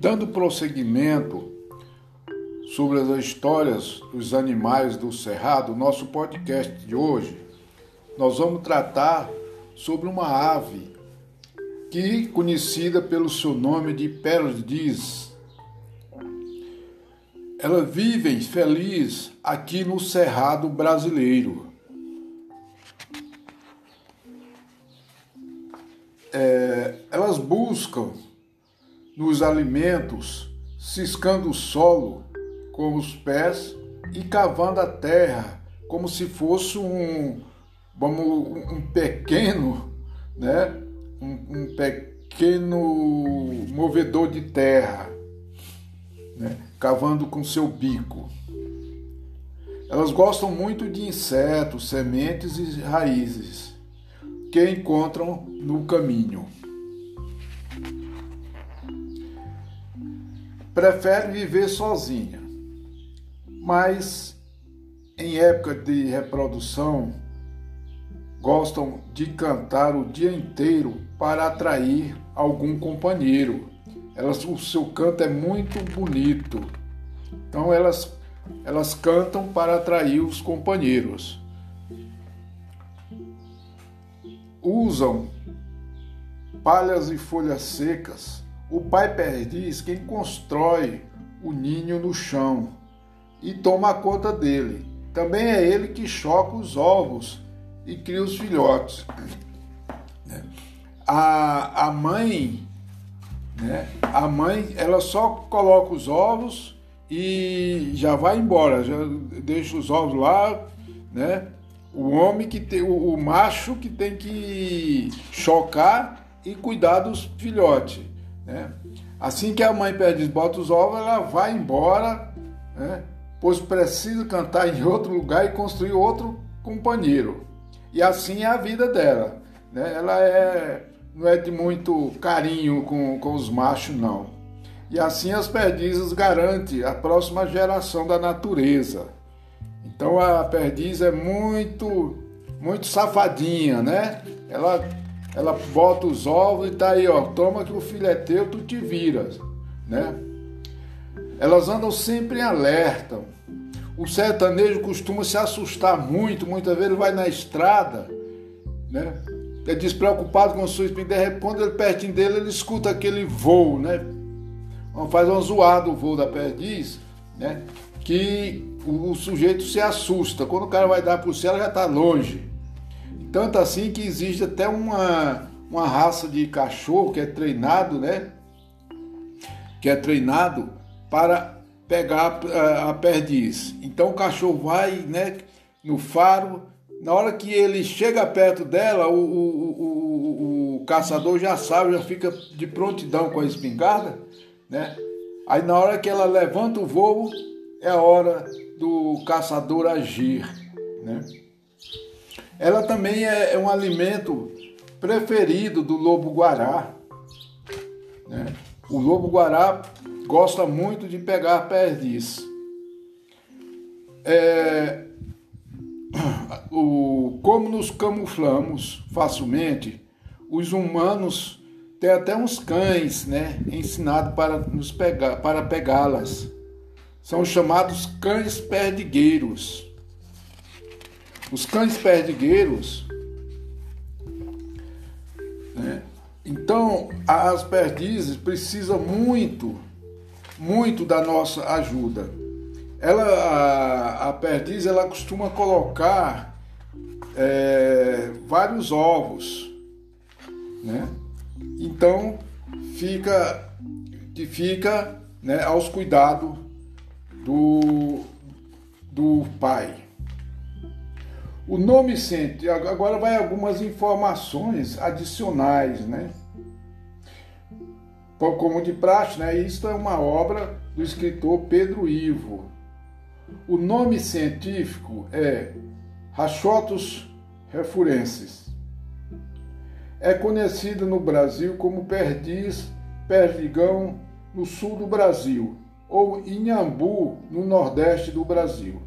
Dando prosseguimento sobre as histórias dos animais do Cerrado, nosso podcast de hoje, nós vamos tratar sobre uma ave que conhecida pelo seu nome de perdiz. Ela vive feliz aqui no Cerrado brasileiro. Elas buscam nos alimentos, ciscando o solo com os pés e cavando a terra como se fosse um pequeno, um pequeno movedor de terra, cavando com seu bico. Elas gostam muito de insetos, sementes e raízes que encontram no caminho. Prefere viver sozinha, mas em época de reprodução gostam de cantar o dia inteiro para atrair algum companheiro. O seu canto é muito bonito, então elas cantam para atrair os companheiros. Usam palhas e folhas secas. O pai perdiz quem constrói o ninho no chão e toma conta dele. Também é ele que choca os ovos e cria os filhotes. A mãe, ela só coloca os ovos e já vai embora, já deixa os ovos lá, O homem o macho que tem que chocar e cuidar dos filhotes. Assim que a mãe perdiz bota os ovos, ela vai embora, pois precisa cantar em outro lugar e construir outro companheiro. E assim é a vida dela. Ela não é de muito carinho com os machos, não. E assim as perdizes garantem a próxima geração da natureza. Então a perdiz é muito safadinha, Ela bota os ovos e tá aí, toma que o filho é teu, tu te viras, Elas andam sempre em alerta. O sertanejo costuma se assustar muitas vezes ele vai na estrada, É despreocupado com sua espinha, de repente, quando ele pertinho dele, ele escuta aquele voo, Faz uma zoada o voo da perdiz, que o sujeito se assusta. Quando o cara vai dar por céu, ela já está longe. Tanto assim que existe até uma raça de cachorro que é treinado, Que é treinado para pegar a perdiz. Então o cachorro vai, no faro. Na hora que ele chega perto dela, o caçador já sabe, já fica de prontidão com a espingarda, Aí na hora que ela levanta o voo, é a hora do caçador agir, Ela também é um alimento preferido do lobo-guará, O lobo-guará gosta muito de pegar perdiz. Como nos camuflamos facilmente, os humanos têm até uns cães, ensinados para pegá-las. São chamados cães perdigueiros. Os cães perdigueiros, Então as perdizes precisam muito da nossa ajuda. A perdiz ela costuma colocar vários ovos, Então fica aos cuidados do pai. O nome científico, agora vai algumas informações adicionais, Como de praxe, Isto é uma obra do escritor Pedro Ivo. O nome científico é Rachotus refurensis. É conhecida no Brasil como perdiz, perdigão no sul do Brasil, ou inhambu no nordeste do Brasil.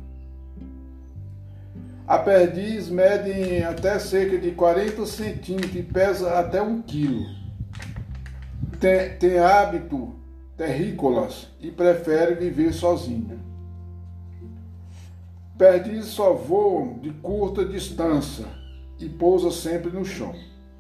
A perdiz mede até cerca de 40 centímetros e pesa até 1 quilo. Tem hábito terrícolas e prefere viver sozinho. Perdizes só voam de curta distância e pousa sempre no chão.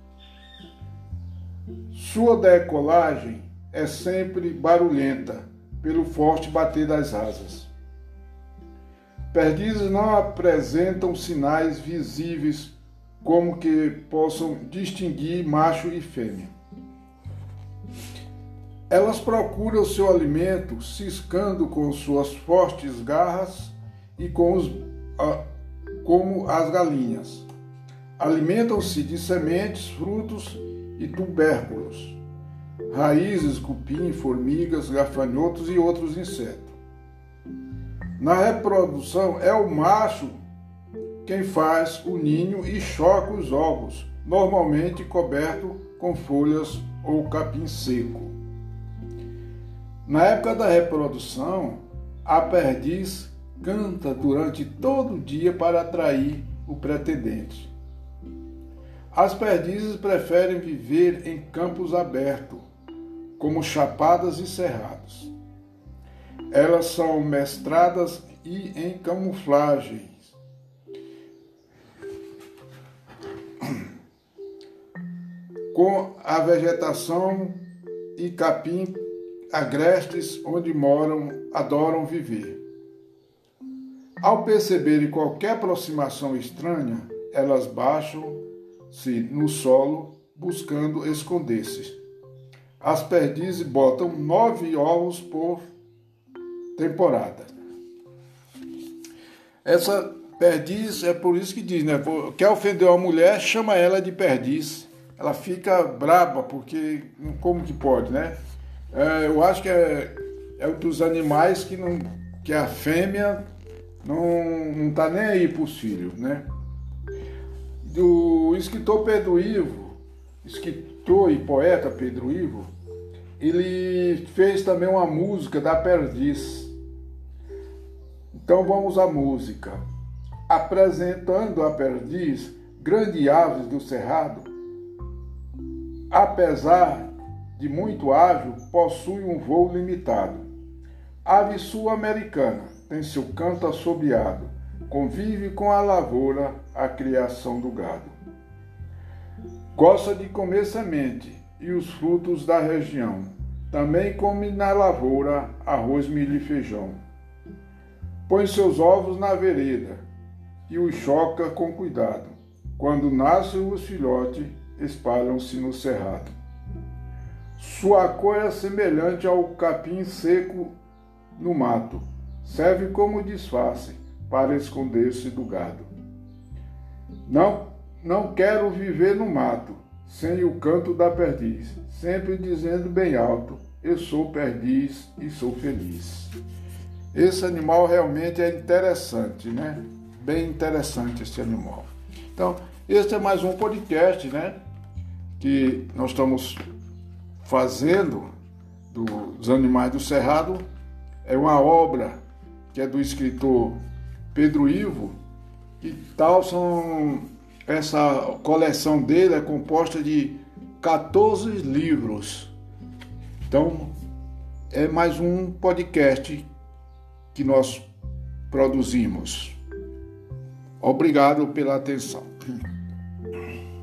Sua decolagem é sempre barulhenta pelo forte bater das asas. Perdizes não apresentam sinais visíveis como que possam distinguir macho e fêmea. Elas procuram seu alimento ciscando com suas fortes garras e como as galinhas. Alimentam-se de sementes, frutos e tubérculos, raízes, cupim, formigas, gafanhotos e outros insetos. Na reprodução, é o macho quem faz o ninho e choca os ovos, normalmente coberto com folhas ou capim seco. Na época da reprodução, a perdiz canta durante todo o dia para atrair o pretendente. As perdizes preferem viver em campos abertos, como chapadas e cerrados. Elas são mestradas e em camuflagens. Com a vegetação e capim agrestes onde moram, adoram viver. Ao perceberem qualquer aproximação estranha, elas baixam-se no solo, buscando esconder-se. As perdizes botam 9 ovos por temporada. Essa perdiz, é por isso que diz, né? Quer ofender uma mulher, chama ela de perdiz. Ela fica braba, porque como que pode, né? Eu acho que é um dos animais que a fêmea não está nem aí para os filhos, né? Do escritor Pedro Ivo, escritor e poeta Pedro Ivo, ele fez também uma música da perdiz. Então vamos à música. Apresentando a perdiz, grande ave do cerrado, apesar de muito ágil, possui um voo limitado. Ave sul-americana, tem seu canto assobiado, convive com a lavoura, a criação do gado. Gosta de comer semente e os frutos da região. Também come na lavoura arroz, milho e feijão. Põe seus ovos na vereda e os choca com cuidado. Quando nascem os filhotes, espalham-se no cerrado. Sua cor é semelhante ao capim seco no mato. Serve como disfarce para esconder-se do gado. Não quero viver no mato, sem o canto da perdiz, sempre dizendo bem alto, eu sou perdiz e sou feliz. Esse animal realmente é interessante, né? Bem interessante esse animal. Então, este é mais um podcast, né? Que nós estamos fazendo dos Animais do Cerrado. É uma obra que é do escritor Pedro Ivo, e tal essa coleção dele é composta de 14 livros. Então, é mais um podcast que nós produzimos. Obrigado pela atenção.